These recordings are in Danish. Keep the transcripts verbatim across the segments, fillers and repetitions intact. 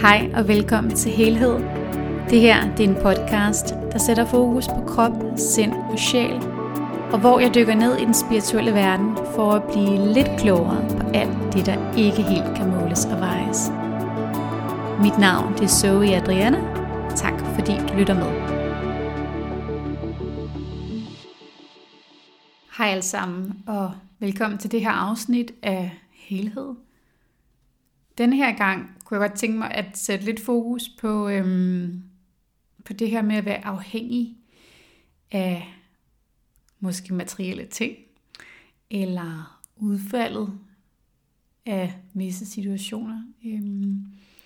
Hej og velkommen til Helhed. Det her det er en podcast, der sætter fokus på krop, sind og sjæl, og hvor jeg dykker ned i den spirituelle verden for at blive lidt klogere på alt det, der ikke helt kan måles og vejes. Mit navn det er Zoe Adriana. Tak fordi du lytter med. Hej alle sammen, og velkommen til det her afsnit af Helhed. Denne her gang kunne jeg godt tænke mig at sætte lidt fokus på, øhm, på det her med at være afhængig af måske materielle ting, eller udfaldet af visse situationer. Øhm,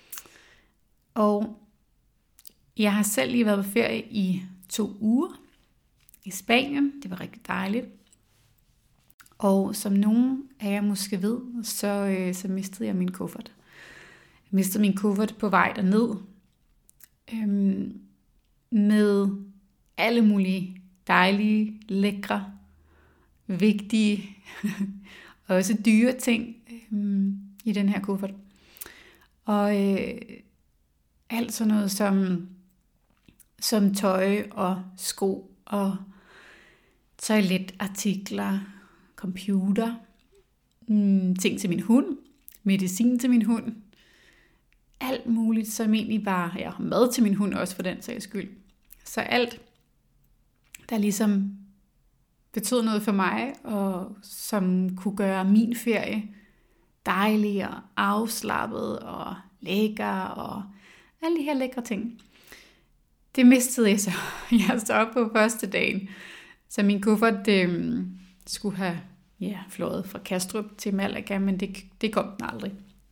og jeg har selv lige været på ferie i to uger i Spanien. Det var rigtig dejligt. Og som nogen af jer måske ved, så, øh, så mistede jeg min kuffert. Jeg mistede min kuffert på vej derned. Øhm, med alle mulige dejlige, lækre, vigtige og også dyre ting øhm, i den her kuffert. Og øh, alt sådan noget som, som tøj og sko og toiletartikler, computer, mm, ting til min hund, medicin til min hund, alt muligt, som egentlig bare, jeg har mad til min hund også for den sags skyld. Så alt, der ligesom betød noget for mig, og som kunne gøre min ferie dejlig og afslappet og lækker og alle de her lækre ting. Det mistede jeg så. Jeg stod op på første dagen, så min kuffert øh, skulle have ja, flået fra Kastrup til Malaga, men det, det kom den aldrig.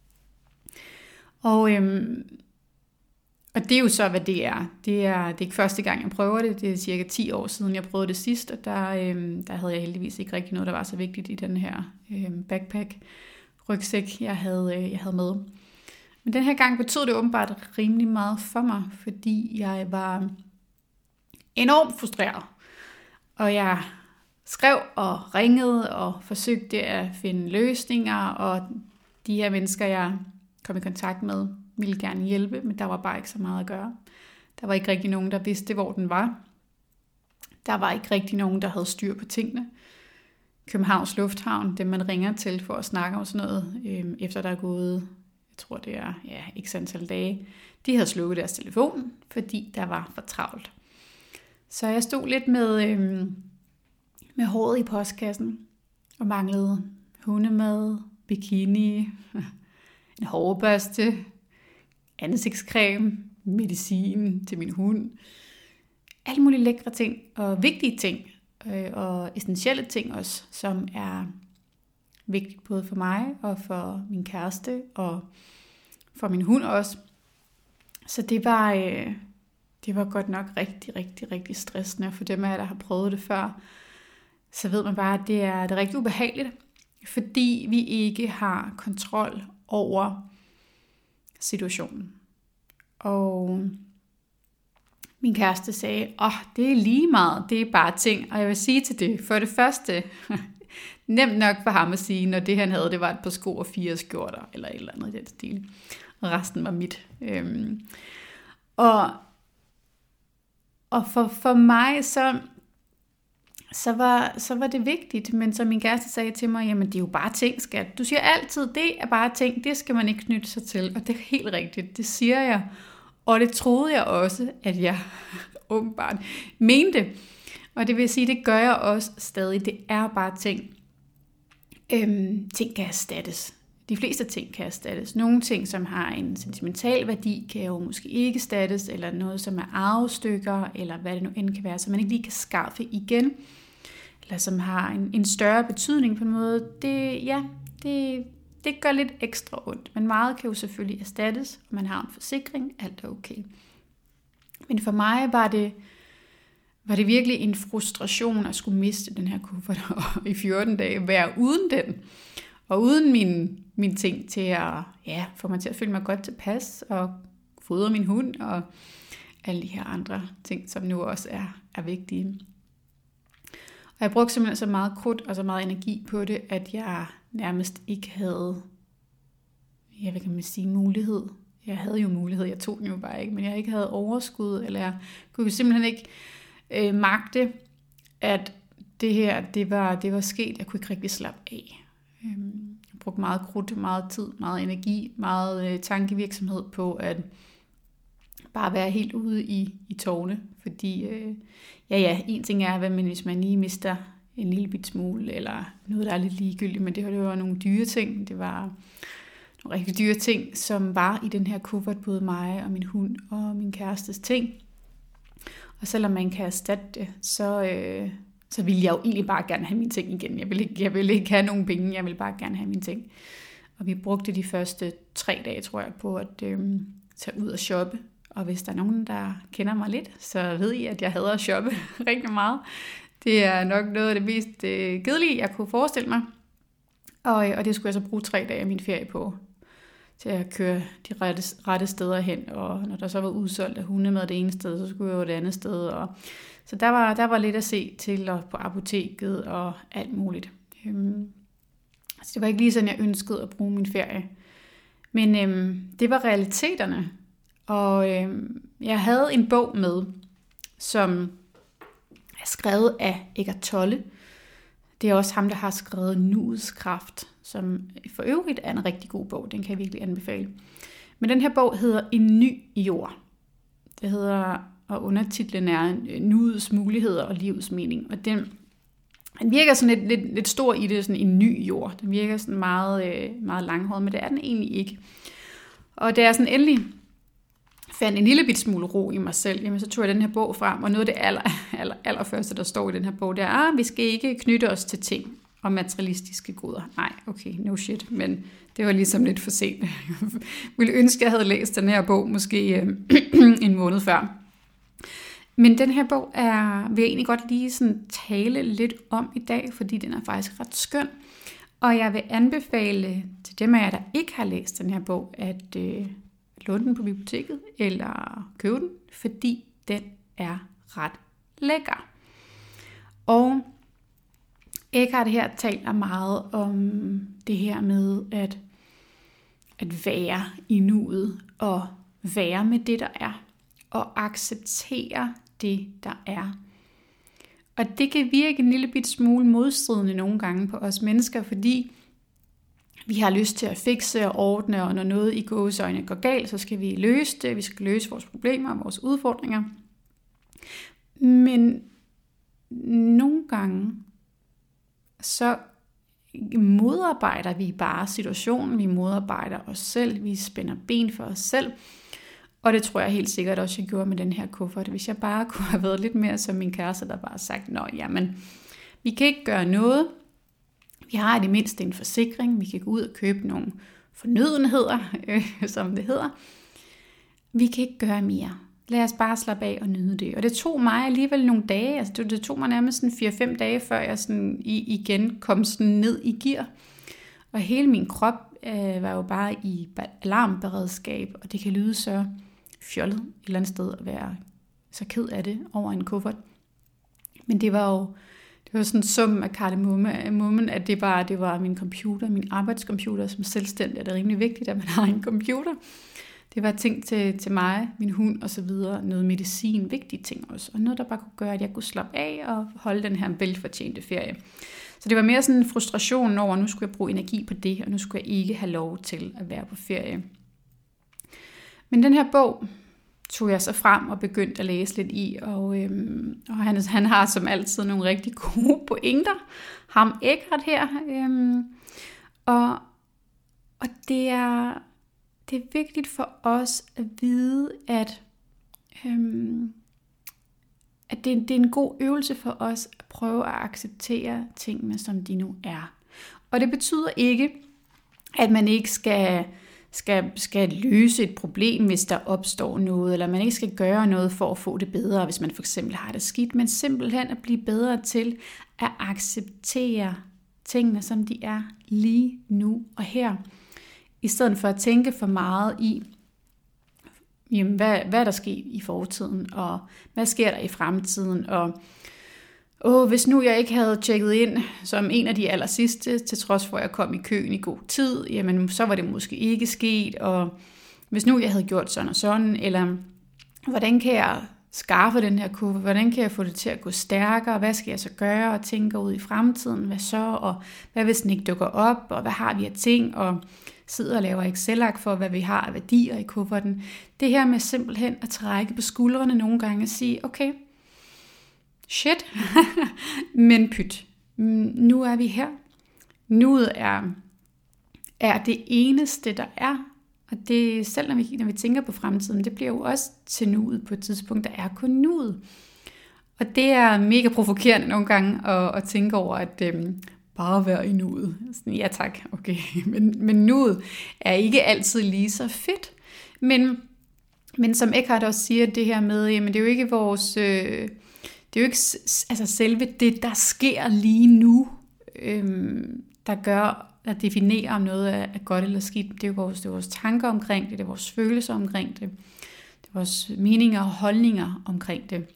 Og, øhm, og det er jo så, hvad det er. Det er, det er ikke første gang, jeg prøver det. Det er cirka ti år siden, jeg prøvede det sidst, og der, øhm, der havde jeg heldigvis ikke rigtig noget, der var så vigtigt i den her øhm, backpack-rygsæk, jeg havde, øh, jeg havde med. Men den her gang betød det åbenbart rimelig meget for mig, fordi jeg var enormt frustreret. Og jeg skrev og ringede og forsøgte at finde løsninger, og de her mennesker, jeg kom i kontakt med, ville gerne hjælpe, men der var bare ikke så meget at gøre. Der var ikke rigtig nogen, der vidste, hvor den var. Der var ikke rigtig nogen, der havde styr på tingene. Københavns Lufthavn, dem man ringer til for at snakke om sådan noget, øh, efter der er gået, jeg tror det er, ja, ikke antal dage, de havde slukket deres telefon, fordi der var for travlt. Så jeg stod lidt med, øh, med håret i postkassen, og manglede hundemad, bikini, en hårbørste, ansigtscreme, medicin til min hund. Alle mulige lækre ting og vigtige ting øh, og essentielle ting også, som er vigtigt både for mig og for min kæreste og for min hund også. Så det var, øh, det var godt nok rigtig, rigtig, rigtig stressende. For dem af jer, der har prøvet det før, så ved man bare, at det er, det er rigtig ubehageligt, fordi vi ikke har kontrol over situationen. Og min kæreste sagde, åh, oh, det er lige meget, det er bare ting. Og jeg vil sige til det, for det første, nemt nok for ham at sige, når det han havde, det var et par sko og fire skjorter, eller et eller andet i den stil. Og resten var mit. Øhm, og og for, for mig, så... Så var, så var det vigtigt, men som min kæreste sagde til mig, jamen det er jo bare ting, skat. Du siger altid, det er bare ting, det skal man ikke knytte sig til. Og det er helt rigtigt, det siger jeg. Og det troede jeg også, at jeg åbenbart mente. Og det vil sige, det gør jeg også stadig. Det er bare ting. Øhm, ting kan erstattes. De fleste ting kan erstattes. Nogle ting, som har en sentimental værdi, kan jo måske ikke erstattes, eller noget, som er arvestykker, eller hvad det nu end kan være, som man ikke lige kan skaffe igen, eller som har en, en større betydning på en måde. Det, ja, det, det gør lidt ekstra ondt, men meget kan jo selvfølgelig erstattes, og man har en forsikring, alt er okay. Men for mig var det, var det virkelig en frustration at skulle miste den her kuffert, og i fjorten dage være uden den. Og uden mine, mine ting til at ja, få mig til at føle mig godt tilpas, og fodre min hund, og alle de her andre ting, som nu også er, er vigtige. Og jeg brugte simpelthen så meget krudt og så meget energi på det, at jeg nærmest ikke havde, ja, hvad kan man sige, mulighed jeg havde jo mulighed, jeg tog den jo bare ikke, men jeg ikke havde overskud, eller jeg kunne simpelthen ikke øh, magte, at det her, det var, det var sket. Jeg kunne ikke rigtig slappe af. Øhm, jeg brugte meget krudt, meget tid, meget energi, meget øh, tankevirksomhed på at bare være helt ude i, i tårne. Fordi, øh, ja ja, en ting er, hvad man, hvis man lige mister en lille bit smule, eller noget, der er lidt ligegyldigt, men det var, det var nogle dyre ting. Det var nogle rigtig dyre ting, som var i den her kuffert, både mig og min hund og min kærestes ting. Og selvom man kan erstatte det, så, øh, så ville jeg jo egentlig bare gerne have mine ting igen. Jeg ville, ikke, jeg ville ikke have nogen penge, jeg ville bare gerne have mine ting. Og vi brugte de første tre dage, tror jeg, på at øh, tage ud og shoppe. Og hvis der er nogen, der kender mig lidt, så ved I, at jeg hader at shoppe rigtig meget. Det er nok noget af det mest øh, kedelige, jeg kunne forestille mig. Og, og det skulle jeg så bruge tre dage af min ferie på, til at køre de rette, rette steder hen. Og når der så var udsolgt af hundemad det ene sted, så skulle jeg jo det andet sted. Og, så der var, der var lidt at se til, og på apoteket og alt muligt. Øhm, altså det var ikke lige sådan, jeg ønskede at bruge min ferie. Men øhm, det var realiteterne. Og øhm, jeg havde en bog med, som er skrevet af Eckhart Tolle. Det er også ham, der har skrevet Nuets Kraft, som for øvrigt er en rigtig god bog. Den kan jeg virkelig anbefale. Men den her bog hedder En ny jord. Det hedder, og undertitlen er Nuets muligheder og livets mening. Og den, den virker sådan lidt, lidt, lidt stor i det, sådan en ny jord. Den virker sådan meget, meget langhåret, men det er den egentlig ikke. Og da jeg sådan endelig fandt en lille bit smule ro i mig selv, jamen så tog jeg den her bog frem, og noget af det aller, aller, aller første, der står i den her bog, det er, at ah, vi skal ikke knytte os til ting og materialistiske goder. Nej, okay, no shit, men det var ligesom lidt for sent. Jeg ville ønske, at jeg havde læst den her bog måske øh, en måned før. Men den her bog er, vil jeg egentlig godt lige sådan tale lidt om i dag, fordi den er faktisk ret skøn. Og jeg vil anbefale til dem af jer, der ikke har læst den her bog, at øh, låne den på biblioteket eller købe den, fordi den er ret lækker. Og Eckhart her taler meget om det her med at, at være i nuet og være med det, der er, og acceptere det, der er. Og det kan virke en lille bit smule modstridende nogle gange på os mennesker, fordi vi har lyst til at fikse og ordne, og når noget i gåseøjne går galt, så skal vi løse det. Vi skal løse vores problemer og vores udfordringer. Men nogle gange, så modarbejder vi bare situationen. Vi modarbejder os selv. Vi spænder ben for os selv. Og det tror jeg helt sikkert også, jeg gjorde med den her kuffert. Hvis jeg bare kunne have været lidt mere som min kæreste, der bare har sagt, nå jamen, vi kan ikke gøre noget. Vi har i det mindste en forsikring. Vi kan gå ud og købe nogle fornødenheder, øh, som det hedder. Vi kan ikke gøre mere. Lad os bare slappe af og nyde det. Og det tog mig alligevel nogle dage. Altså det, det tog mig nærmest sådan fire fem dage, før jeg sådan i, igen kom sådan ned i gear. Og hele min krop øh, var jo bare i alarmberedskab. Og det kan lyde så fjollet et eller andet sted at være så ked af det over en kuffert. Men det var jo det var sådan en sum af kardemommen, at det var, det var min computer, min arbejdscomputer. Som selvstændig er det rimelig vigtigt, at man har en computer. Det var ting til, til mig, min hund og så videre. Noget medicin, vigtige ting også. Og noget, der bare kunne gøre, at jeg kunne slappe af og holde den her velfortjente ferie. Så det var mere sådan en frustration over, at nu skulle jeg bruge energi på det, og nu skulle jeg ikke have lov til at være på ferie. Men den her bog tog jeg så frem og begyndte at læse lidt i, og, øhm, og han, han har som altid nogle rigtig gode pointer. Ham Eckhart her. Øhm, og, og det er... Det er vigtigt for os at vide, at, øhm, at det, det er en god øvelse for os at prøve at acceptere tingene, som de nu er. Og det betyder ikke, at man ikke skal, skal, skal løse et problem, hvis der opstår noget, eller man ikke skal gøre noget for at få det bedre, hvis man for eksempel har det skidt, men simpelthen at blive bedre til at acceptere tingene, som de er lige nu og her. I stedet for at tænke for meget i, jamen, hvad, hvad er der sket i fortiden, og hvad sker der i fremtiden, og åh, hvis nu jeg ikke havde tjekket ind som en af de aller sidste, til trods for at jeg kom i køen i god tid, jamen så var det måske ikke sket, og hvis nu jeg havde gjort sådan og sådan, eller hvordan kan jeg skaffe den her kuffert, hvordan kan jeg få det til at gå stærkere, hvad skal jeg så gøre, og tænke ud i fremtiden, hvad så, og hvad hvis den ikke dukker op, og hvad har vi af ting, og sidder og laver Excel-ark for, hvad vi har af værdier i kufferten. Det her med simpelthen at trække på skuldrene nogle gange og sige, okay, shit, men pyt, nu er vi her. Nuet er, er det eneste, der er. Og det, selv når vi, når vi tænker på fremtiden, det bliver jo også til nuet på et tidspunkt, der er kun nuet. Og det er mega provokerende nogle gange at, at tænke over, at øhm, bare være i nuet. Sådan, ja tak, okay. Men, men nuet er ikke altid lige så fedt. Men, men som Eckhart også siger, det her med, jamen det er jo ikke vores, øh, det er jo ikke altså selve det, der sker lige nu, øh, der gør, der definerer om noget er godt eller skidt. Det er jo vores, det er vores tanker omkring det, det er vores følelser omkring det, det er vores meninger og holdninger omkring det.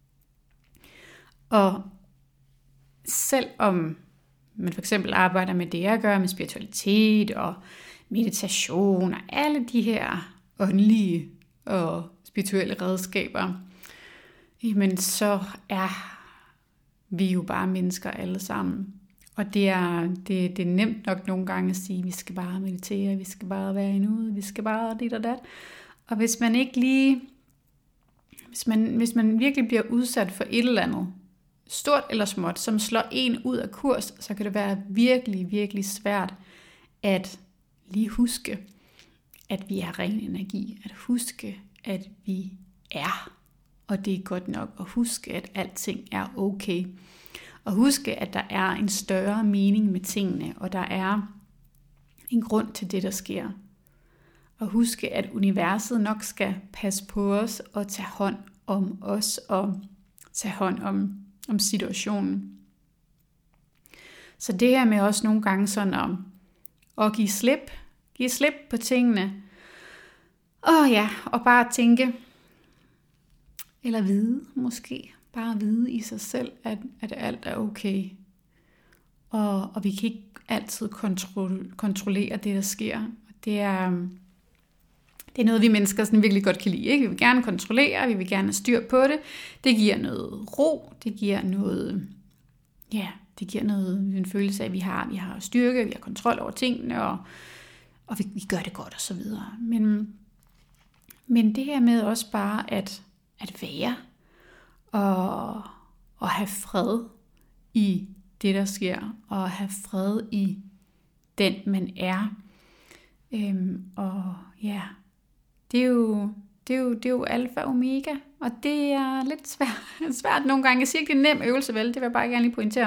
Og selvom man for eksempel arbejder med det, jeg gør med spiritualitet og meditation og alle de her åndelige og spirituelle redskaber, jamen så er vi jo bare mennesker alle sammen. Og det er, det, det er nemt nok nogle gange at sige, at vi skal bare meditere, vi skal bare være i nuet, vi skal bare dit og dat. Og hvis man ikke lige, hvis man, hvis man virkelig bliver udsat for et eller andet, stort eller småt, som slår en ud af kurs, så kan det være virkelig, virkelig svært at lige huske, at vi er ren energi. At huske, at vi er, og det er godt nok. At huske, at alting er okay. Og huske, at der er en større mening med tingene, og der er en grund til det, der sker. Og huske, at universet nok skal passe på os og tage hånd om os og tage hånd om, om situationen. Så det her med også nogle gange sådan at, at give slip, give slip på tingene. Og ja, og bare tænke, eller vide måske, bare vide i sig selv, at, at alt er okay. Og, og vi kan ikke altid kontrol, kontrollere det, der sker. Det er, det er noget, vi mennesker sådan virkelig godt kan lide. Ikke? Vi vil gerne kontrollere, vi vil gerne have styr på det. Det giver noget ro, det giver noget, ja, det giver noget, en følelse af, at vi har, vi har styrke, vi har kontrol over tingene, og, og vi, vi gør det godt og så videre. Men, men det her med også bare at, at være, og, og have fred i det, der sker, og have fred i den, man er. Øhm, og ja, det er, jo, det, er jo, det er jo alfa og omega, og det er lidt svært, svært nogle gange. Jeg siger ikke, det er en nem øvelse, vel? Det vil jeg bare gerne lige pointere.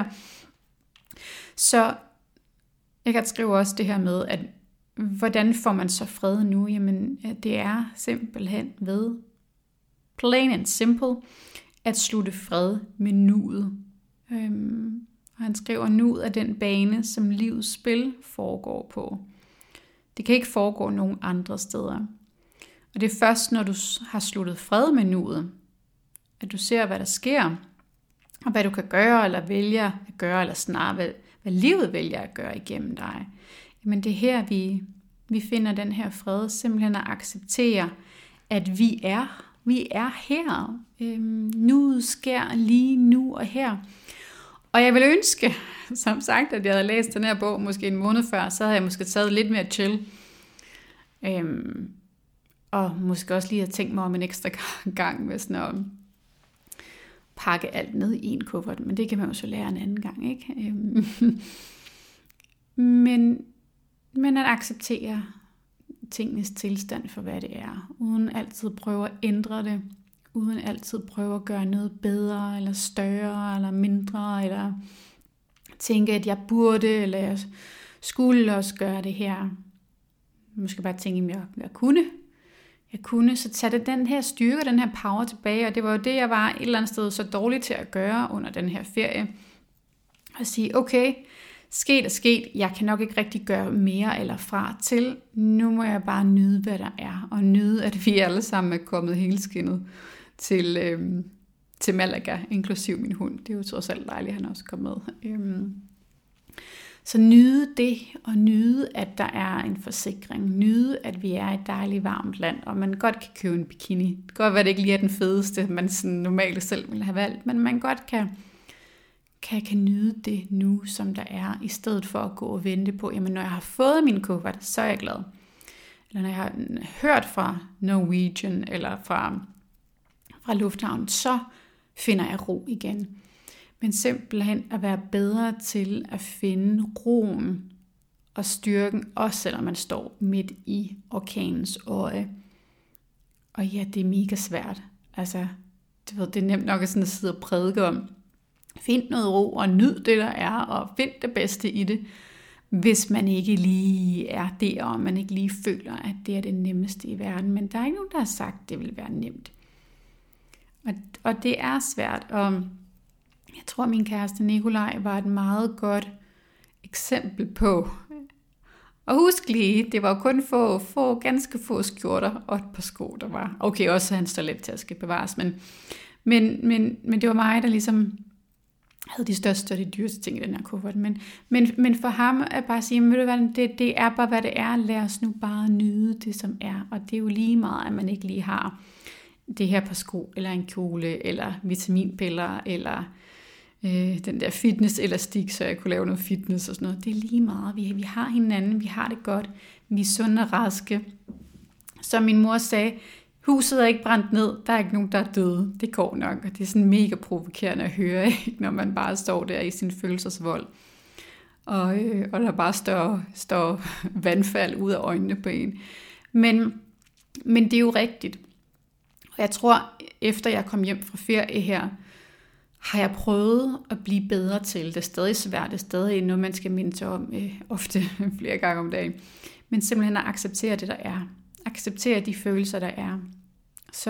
Så jeg kan skrive også det her med, at hvordan får man så fred nu? Jamen, det er simpelthen ved, plain and simple, at slutte fred med nuet. Øhm, og han skriver, nuet er den bane, som livets spil foregår på. Det kan ikke foregå nogen andre steder. Og det er først, når du har sluttet fred med nuet, at du ser, hvad der sker, og hvad du kan gøre, eller vælge at gøre, eller snarere, hvad, hvad livet vælger at gøre igennem dig. Jamen det er her, vi, vi finder den her fred, simpelthen at acceptere, at vi er Vi er her. Øhm, nuet sker lige nu og her. Og jeg vil ønske, som sagt, at jeg havde læst den her bog måske en måned før, så havde jeg måske taget lidt mere chill. Øhm, og måske også lige have tænkt mig om en ekstra gang med sådan at pakke alt ned i en kuffert. Men det kan man jo så lære en anden gang, ikke? Øhm, men, men at acceptere tingenes tilstand for, hvad det er, uden altid prøve at ændre det, uden altid prøve at gøre noget bedre, eller større, eller mindre, eller tænke, at jeg burde, eller jeg skulle også gøre det her. Måske bare tænke, at jeg, jeg kunne. Jeg kunne, så tage det, den her styrke, den her power tilbage, og det var jo det, jeg var et eller andet sted så dårlig til at gøre under den her ferie. Og sige, okay, sket er sket, jeg kan nok ikke rigtig gøre mere eller fra til. Nu må jeg bare nyde, hvad der er, og nyde, at vi alle sammen er kommet helskindet til, øhm, til Malaga, inklusiv min hund. Det er jo trods alt dejligt, at han også kom med. Øhm, Så nyde det, og nyde, at der er en forsikring. Nyde, at vi er et dejligt varmt land, og man godt kan købe en bikini. Det kan godt være, at det ikke lige er den fedeste, man sådan normalt selv ville have valgt, men man godt kan, kan, kan nyde det nu, som der er, i stedet for at gå og vente på, jamen når jeg har fået min kuffert, så er jeg glad. Eller når jeg har hørt fra Norwegian, eller fra, fra Lufthavn, så finder jeg ro igen. Men simpelthen at være bedre til at finde roen og styrken, også selvom man står midt i orkanens øje. Og ja, det er mega svært. Altså, du ved, det er nemt nok at, sådan at sidde og prædike om. Find noget ro og nyd det, der er, og find det bedste i det. Hvis man ikke lige er der, og man ikke lige føler, at det er det nemmeste i verden. Men der er ikke nogen, der har sagt, at det vil være nemt. Og, og det er svært. Og jeg tror, at min kæreste Nikolaj var et meget godt eksempel på. Og husk lige, det var kun få, få, ganske få skjorter og et par sko, der var. Okay, også hans toilettaske bevares, men, men, men, men det var mig, der ligesom havde de største og de dyreste ting i den her kuffert. Men, men, men for ham er bare at sige, ved du hvad, det, det er bare, hvad det er. Lad os nu bare nyde det, som er. Og det er jo lige meget, at man ikke lige har det her par sko, eller en kjole, eller vitaminpiller, eller øh, den der fitnesselastik, så jeg kunne lave noget fitness og sådan noget. Det er lige meget. Vi, vi har hinanden, vi har det godt, vi er sunde og raske. Som min mor sagde, huset er ikke brændt ned, der er ikke nogen, der er døde. Det går nok, og det er sådan mega provokerende at høre, ikke? Når man bare står der i sin følelsesvold. Og, øh, og der bare står, står vandfald ud af øjnene på en. Men, men det er jo rigtigt. Og jeg tror, efter jeg kom hjem fra ferie her, har jeg prøvet at blive bedre til. Det er stadig svært, det er stadig noget, man skal minde sig om, øh, ofte flere gange om dagen. Men simpelthen at acceptere det, der er. Acceptere de følelser, der er. Så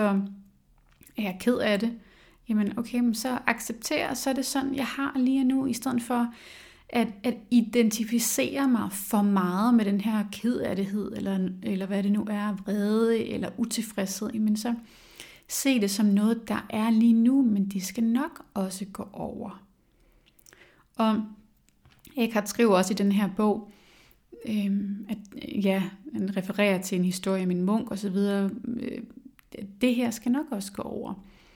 er jeg ked af det. Jamen okay, men så acceptere, så er det sådan, jeg har lige nu, i stedet for at, at identificere mig for meget med den her kedattighed, eller, eller hvad det nu er, vrede eller utilfredshed. Jamen så se det som noget, der er lige nu, men det skal nok også gå over. Og Eckhart skriver også i den her bog, øhm, at ja, han refererer til en historie med en munk og så videre. Det her skal nok også gå over.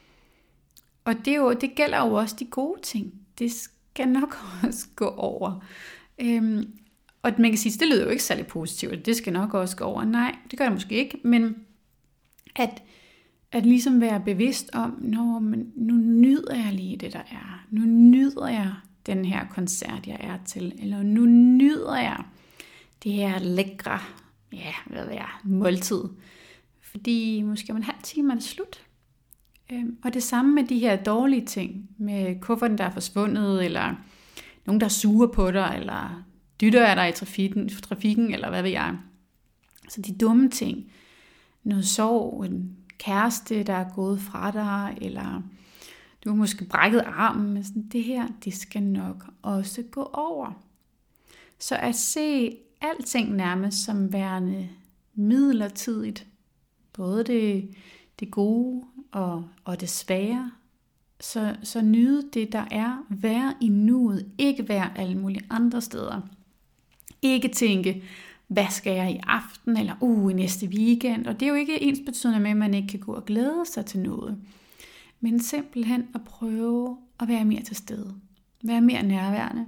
Og det, er jo, det gælder jo også de gode ting. Det skal nok også gå over. Øhm, og man kan sige, at det lyder jo ikke særlig positivt. Det skal nok også gå over. Nej, det gør det måske ikke. Men at At ligesom være bevidst om, Nå, men nu nyder jeg lige det, der er. Nu nyder jeg den her koncert, jeg er til. Eller nu nyder jeg det her lækre, ja, hvad ved jeg, måltid. Fordi måske om en halv time er det slut. Øhm, og det samme med de her dårlige ting. Med kufferten, der er forsvundet, eller nogen, der suger på dig, eller dytter af dig i trafikken, trafikken, eller hvad ved jeg. Så de dumme ting. Noget sorg, en kæreste, der er gået fra dig, eller du har måske brækket armen, men sådan, det her, det skal nok også gå over. Så at se alting nærmest som værende midlertidigt, både det, det gode og, og det svære, så, så nyde det, der er, være i nuet, ikke være alle mulige andre steder. Ikke tænke, hvad skal jeg i aften, eller uh, i næste weekend. Og det er jo ikke ensbetydende med, at man ikke kan gå og glæde sig til noget. Men simpelthen at prøve at være mere til stede. Være mere nærværende.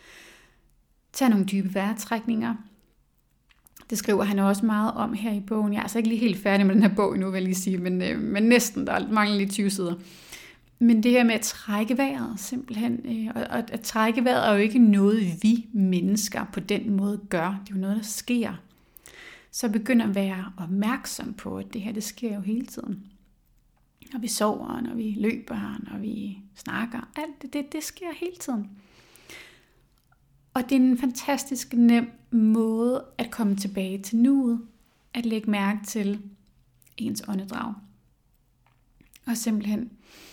Tag nogle dybe vejrtrækninger. Det skriver han også meget om her i bogen. Jeg er altså ikke lige helt færdig med den her bog endnu, vil jeg lige sige, men, øh, men næsten, der mangler lige tyve sider. Men det her med at trække vejret, simpelthen, øh, og, og at trække vejret er jo ikke noget, vi mennesker på den måde gør. Det er jo noget, der sker. Så begynd at være opmærksom på, at det her, det sker jo hele tiden. Når vi sover, når vi løber, når vi snakker, alt det, det, det sker hele tiden. Og det er en fantastisk nem måde at komme tilbage til nuet, at lægge mærke til ens åndedrag. Og simpelthen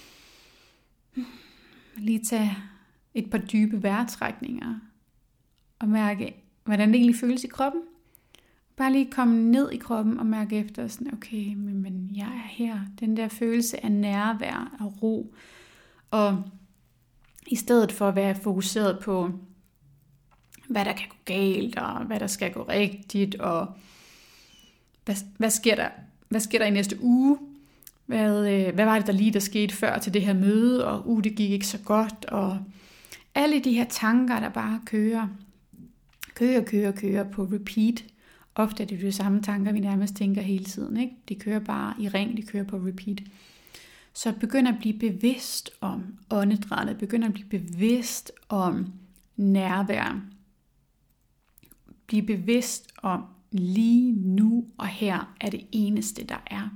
lige tage et par dybe vejrtrækninger og mærke, hvordan det egentlig føles i kroppen. Bare lige komme ned i kroppen og mærke efter, sådan, okay, men, men jeg er her. Den der følelse af nærvær og ro. Og i stedet for at være fokuseret på, hvad der kan gå galt, og hvad der skal gå rigtigt, og hvad, hvad, sker, der, hvad sker der i næste uge? Hvad, øh, hvad var det der lige, der skete før til det her møde, og uh, det gik ikke så godt, og alle de her tanker, der bare kører, kører, kører, kører på repeat. Ofte er det de samme tanker, vi nærmest tænker hele tiden, ikke? De kører bare i ring, de kører på repeat. Så begynd at blive bevidst om åndedrættet, begynd at blive bevidst om nærvær. Bliv bevidst om lige nu og her er det eneste, der er.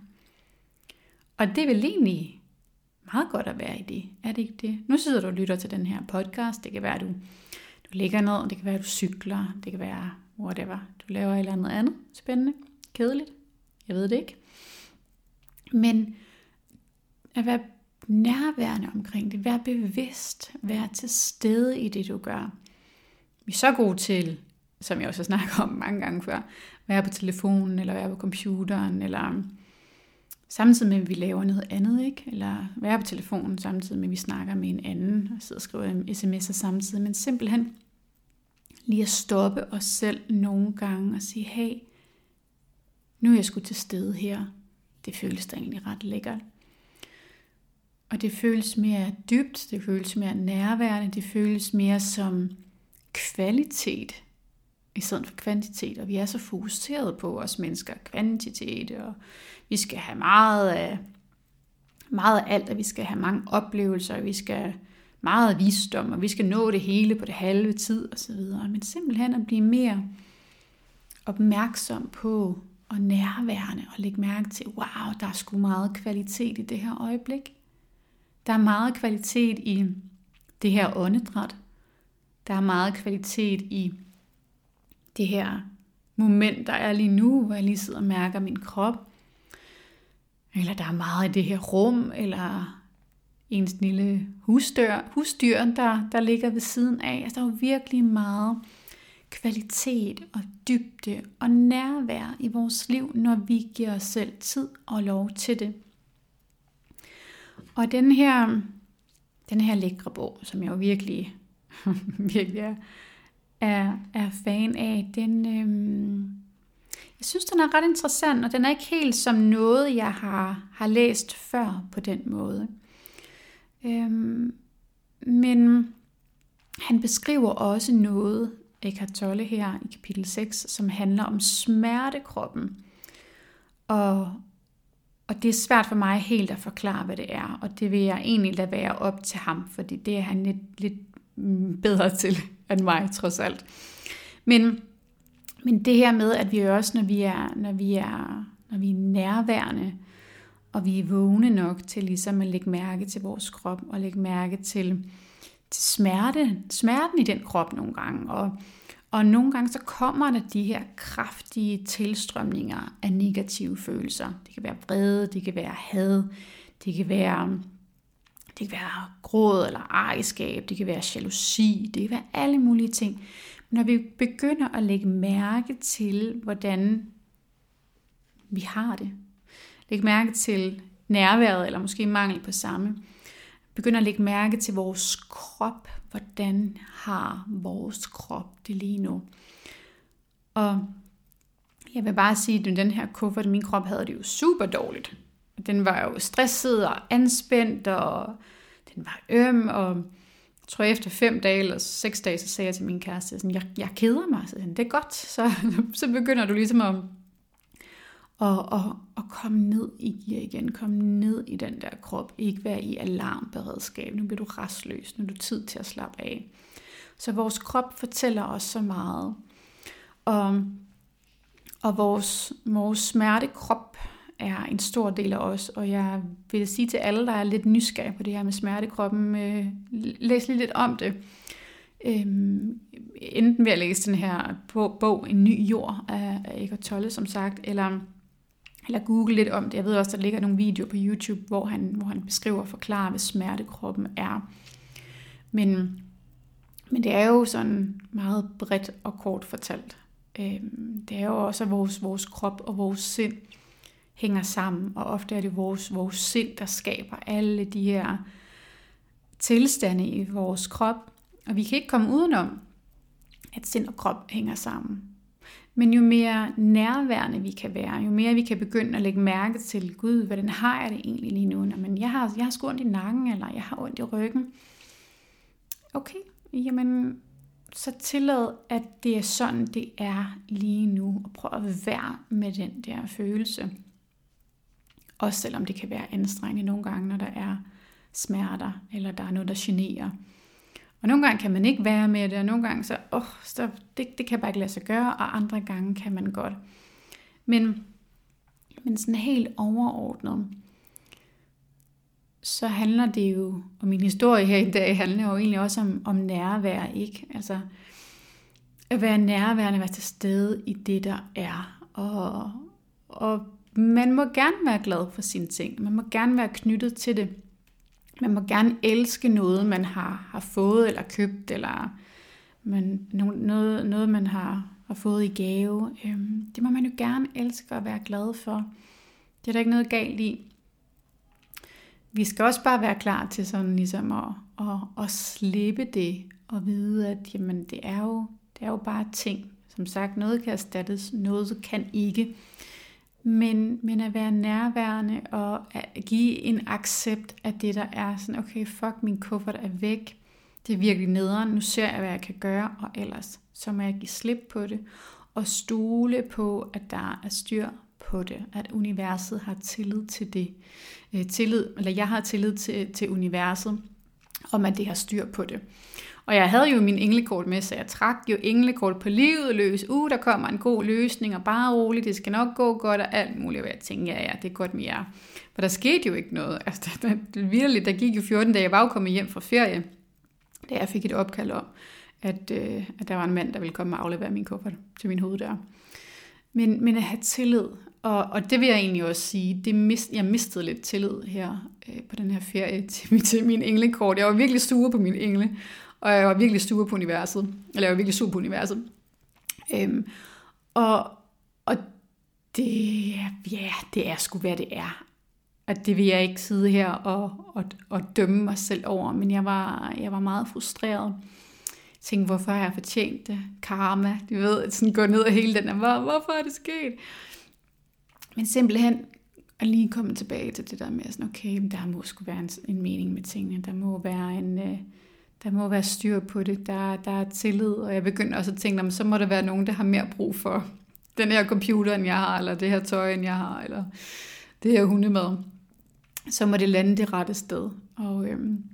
Og det er vel egentlig meget godt at være i det, er det ikke det? Nu sidder du og lytter til den her podcast, det kan være, at du, du ligger ned, det kan være, at du cykler, det kan være whatever, du laver et eller andet andet spændende, kedeligt, jeg ved det ikke. Men at være nærværende omkring det, være bevidst, være til stede i det, du gør. Vi er så gode til, som jeg også har snakket om mange gange før, være på telefonen, eller være på computeren, eller samtidig med, at vi laver noget andet, ikke? Eller være på telefonen, samtidig med, at vi snakker med en anden, og sidder og skriver sms'er samtidig, men simpelthen lige at stoppe os selv nogle gange og sige, hey, nu er jeg sgu til stede her. Det føles da egentlig ret lækkert. Og det føles mere dybt, det føles mere nærværende, det føles mere som kvalitet i stedet for kvantitet. Og vi er så fokuseret på os mennesker, kvantitet, og vi skal have meget af, meget af alt, og vi skal have mange oplevelser, og vi skal meget visdom, og vi skal nå det hele på det halve tid osv. Men simpelthen at blive mere opmærksom på og nærværende og lægge mærke til, wow, der er sgu meget kvalitet i det her øjeblik. Der er meget kvalitet i det her åndedræt. Der er meget kvalitet i det her moment, der er lige nu, hvor jeg lige sidder og mærker min krop. Eller der er meget i det her rum, eller ens lille husdyr, husdyr der, der ligger ved siden af. Altså, der er jo virkelig meget kvalitet og dybde og nærvær i vores liv, når vi giver os selv tid og lov til det. Og den her, den her lækre bog, som jeg jo virkelig, virkelig er, er, er fan af, den, øhm, jeg synes, den er ret interessant, og den er ikke helt som noget, jeg har, har læst før på den måde. Øhm, men han beskriver også noget, Eckhart Tolle her i kapitel seks, som handler om smertekroppen. Og, og det er svært for mig helt at forklare, hvad det er, og det vil jeg egentlig lade være op til ham, fordi det er han lidt, lidt bedre til end mig, trods alt. Men, men det her med, at vi også, når vi er, når vi er, når vi er nærværende, og vi er vågne nok til ligesom at lægge mærke til vores krop, og lægge mærke til, til smerte, smerten i den krop nogle gange. Og, og nogle gange så kommer der de her kraftige tilstrømninger af negative følelser. Det kan være vrede, det kan være had, det kan være, det kan være gråd eller ejerskab, det kan være jalousi, det kan være alle mulige ting. Men når vi begynder at lægge mærke til, hvordan vi har det, lægge mærke til nærværet, eller måske mangel på samme, begynder at lægge mærke til vores krop. Hvordan har vores krop det lige nu? Og jeg vil bare sige, at den her kuffert, min krop havde det jo super dårligt. Den var jo stresset og anspændt, og den var øm, og jeg tror efter fem dage eller seks dage, så sagde jeg til min kæreste, sådan, jeg, jeg keder mig. Så det er godt, så, så begynder du ligesom at Og, og, og komme ned i gear igen, komme ned i den der krop, ikke være i alarmberedskab, nu bliver du rastløs, nu er du tid til at slappe af. Så vores krop fortæller os så meget, og, og vores, vores smertekrop er en stor del af os, og jeg vil sige til alle, der er lidt nysgerrige på det her med smertekroppen, øh, læs lige lidt om det. Øhm, enten ved at læse den her bog, En ny jord af, af Eckhart Tolle, som sagt, eller Eller google lidt om det. Jeg ved også, der ligger nogle videoer på YouTube, hvor han, hvor han beskriver og forklarer, hvad smertekroppen er. Men, men det er jo sådan meget bredt og kort fortalt. Øhm, det er jo også, at vores, vores krop og vores sind hænger sammen. Og ofte er det vores, vores sind, der skaber alle de her tilstande i vores krop. Og vi kan ikke komme udenom, at sind og krop hænger sammen. Men jo mere nærværende vi kan være, jo mere vi kan begynde at lægge mærke til, Gud, hvordan har jeg det egentlig lige nu? Men jeg har, jeg har sgu ondt i nakken, eller jeg har ondt i ryggen. Okay, jamen så tillad, at det er sådan, det er lige nu. Og prøv at være med den der følelse. Også selvom det kan være anstrengende nogle gange, når der er smerter, eller der er noget, der generer. Og nogle gange kan man ikke være med det, og nogle gange så, åh, så det, det kan bare ikke lade sig gøre, og andre gange kan man godt. Men, men sådan helt overordnet, så handler det jo, og min historie her i dag handler jo egentlig også om, om nærvær, ikke? Altså at være nærværende, være til stede i det, der er. Og, og man må gerne være glad for sine ting. Man må gerne være knyttet til det. Man må gerne elske noget, man har, har fået eller købt, eller man, noget, noget, man har, har fået i gave. Øhm, det må man jo gerne elske og være glad for. Det er der ikke noget galt i. Vi skal også bare være klar til sådan ligesom at, at, at slippe det, og vide, at jamen, det, er jo, det er jo bare ting. Som sagt, noget kan erstattes, noget kan ikke. Men, men at være nærværende og at give en accept af det, der er. Sådan, okay, fuck, min kuffert er væk. Det er virkelig nederen. Nu ser jeg, hvad jeg kan gøre, og ellers så må jeg give slip på det. Og stole på, at der er styr på det. At universet har tillid til det. Øh, tillid, eller jeg har tillid til, til universet, om at det har styr på det. Og jeg havde jo min englekort med, så jeg trak jo englekort på livet løs. Uh, der kommer en god løsning, og bare roligt, det skal nok gå godt, og alt muligt. Og jeg tænkte, ja, ja, det er godt med jer. For der skete jo ikke noget. Altså, det, det, virkelig, der gik jo fjorten dage, jeg var jo kommet hjem fra ferie, da jeg fik et opkald om, at, øh, at der var en mand, der ville komme og aflevere min kuffert til min hoveddør. Men, men at have tillid, og, og det vil jeg egentlig også sige, det mist, jeg mistede lidt tillid her øh, på den her ferie til, til min englekort. Jeg var virkelig sur på min engle. Og jeg var virkelig sur på universet. Eller jeg var virkelig sur på universet. Øhm, og, og det, ja, det er sgu, hvad det er. At det vil jeg ikke sidde her og, og, og dømme mig selv over. Men jeg var, jeg var meget frustreret. Jeg tænkte, hvorfor har jeg fortjent det? Karma, du ved, sådan gå ned og hele den der, Hvor, hvorfor er det sket? Men simpelthen at lige komme tilbage til det der med, sådan, okay, der må sgu være en, en mening med tingene. Der må være en... Øh, Der må være styr på det, der, der er tillid, og jeg begyndte også at tænke, så må der være nogen, der har mere brug for den her computer, end jeg har, eller det her tøj, end jeg har, eller det her hundemad. Så må det lande det rette sted. Og, øhm,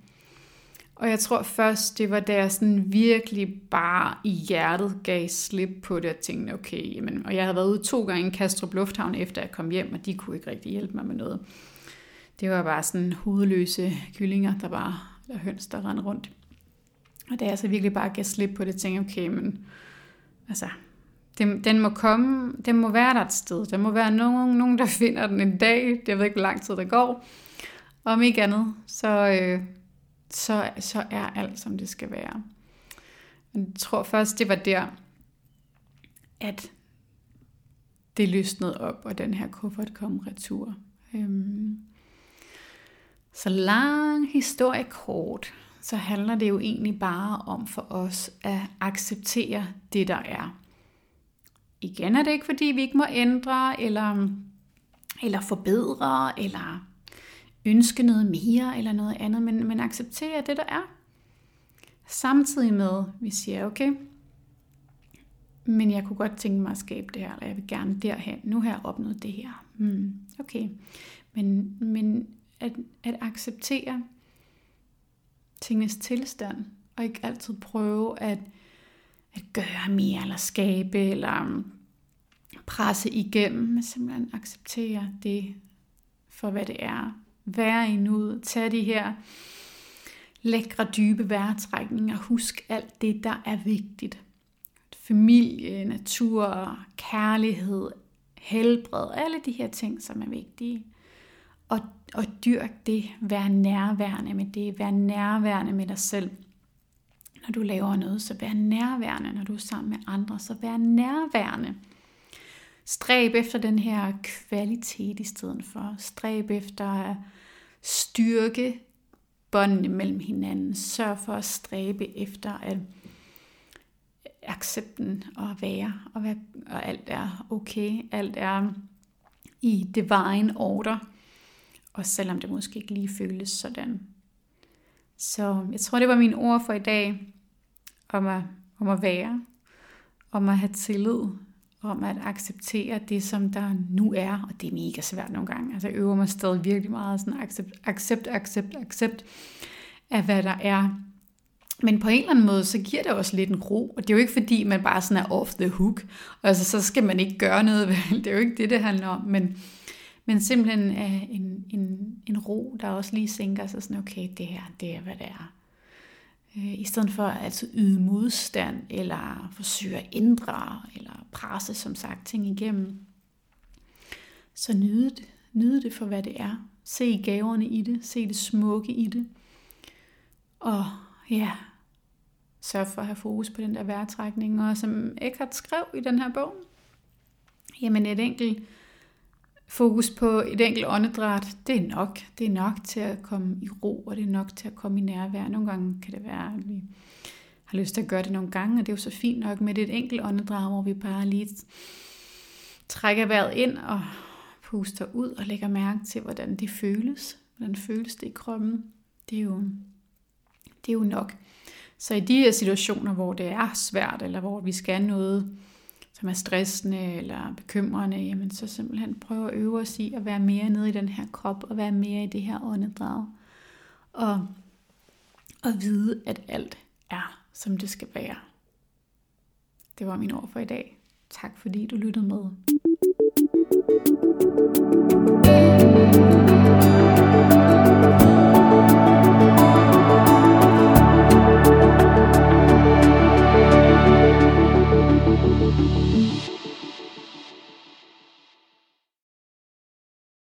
og jeg tror først, det var da jeg sådan virkelig bare i hjertet gav slip på det, og tænkte, okay, jamen, og jeg havde været ude to gange i Kastrup Lufthavn, efter jeg kom hjem, og de kunne ikke rigtig hjælpe mig med noget. Det var bare sådan hovedløse kyllinger, der bare, der høns, der rendte rundt. Og da jeg så virkelig bare gav slip på det, tænkte jeg, okay, men altså, den, den må komme, den må være der et sted. Der må være nogen, nogen, der finder den en dag. Jeg ved ikke, hvor lang tid der går. Og om ikke andet, så, øh, så, så er alt, som det skal være. Men jeg tror først, det var der, at det løsnede op, og den her kuffert kom retur. Øhm, så lang historie kort, så handler det jo egentlig bare om for os at acceptere det, der er. Igen er det ikke, fordi vi ikke må ændre, eller, eller forbedre, eller ønske noget mere, eller noget andet, men, men acceptere det, der er. Samtidig med, at vi siger, okay, men jeg kunne godt tænke mig at skabe det her, eller jeg vil gerne derhen. Nu har jeg opnået det her. Hmm, okay, men, men at, at acceptere tingens tilstand, og ikke altid prøve at, at gøre mere, eller skabe, eller presse igennem, men simpelthen acceptere det for, hvad det er. Være i nuet, tag de her lækre, dybe vejrtrækninger, husk alt det, der er vigtigt. Familie, natur, kærlighed, helbred, alle de her ting, som er vigtige. Og, og dyrk det, vær nærværende med det, vær nærværende med dig selv. Når du laver noget, så vær nærværende. Når du er sammen med andre, så vær nærværende. Stræb efter den her kvalitet i stedet for. Stræb efter at styrke båndene mellem hinanden. Sørg for at stræbe efter at accepten og være, og, være, og alt er okay, alt er i divine order, og selvom det måske ikke lige føles sådan. Så jeg tror, det var mine ord for i dag, om at, om at være, om at have tillid, om at acceptere det, som der nu er, og det er mega svært nogle gange. Altså jeg øver mig stadig virkelig meget, sådan accept, accept, accept, accept af hvad der er. Men på en eller anden måde, så giver det også lidt en ro, og det er jo ikke fordi, man bare sådan er off the hook, altså så skal man ikke gøre noget, vel? Det er jo ikke det, det handler om, men, men simpelthen en, en, en ro, der også lige sænker sig sådan, okay, det her, det er hvad det er. I stedet for at altså yde modstand, eller forsøge at ændre, eller presse, som sagt, ting igennem. Så nyde det, nyde det for, hvad det er. Se gaverne i det, se det smukke i det. Og ja, sørg for at have fokus på den der vejrtrækning. Og som Eckhart skrev i den her bog, jamen et enkelt fokus på et enkelt åndedræt, det er nok. Det er nok til at komme i ro, og det er nok til at komme i nærvær. Nogle gange kan det være, at vi har lyst til at gøre det nogle gange, og det er jo så fint nok med det et enkelt åndedræt, hvor vi bare lige trækker vejret ind og puster ud og lægger mærke til, hvordan det føles. Hvordan føles det i kroppen. Det er jo, det er jo nok. Så i de her situationer, hvor det er svært, eller hvor vi skal noget, som er stressende eller bekymrende, jamen så simpelthen prøve at øve os i at være mere nede i den her krop, og være mere i det her åndedrag. Og, og vide, at alt er, som det skal være. Det var mine ord for i dag. Tak fordi du lyttede med. Thank you.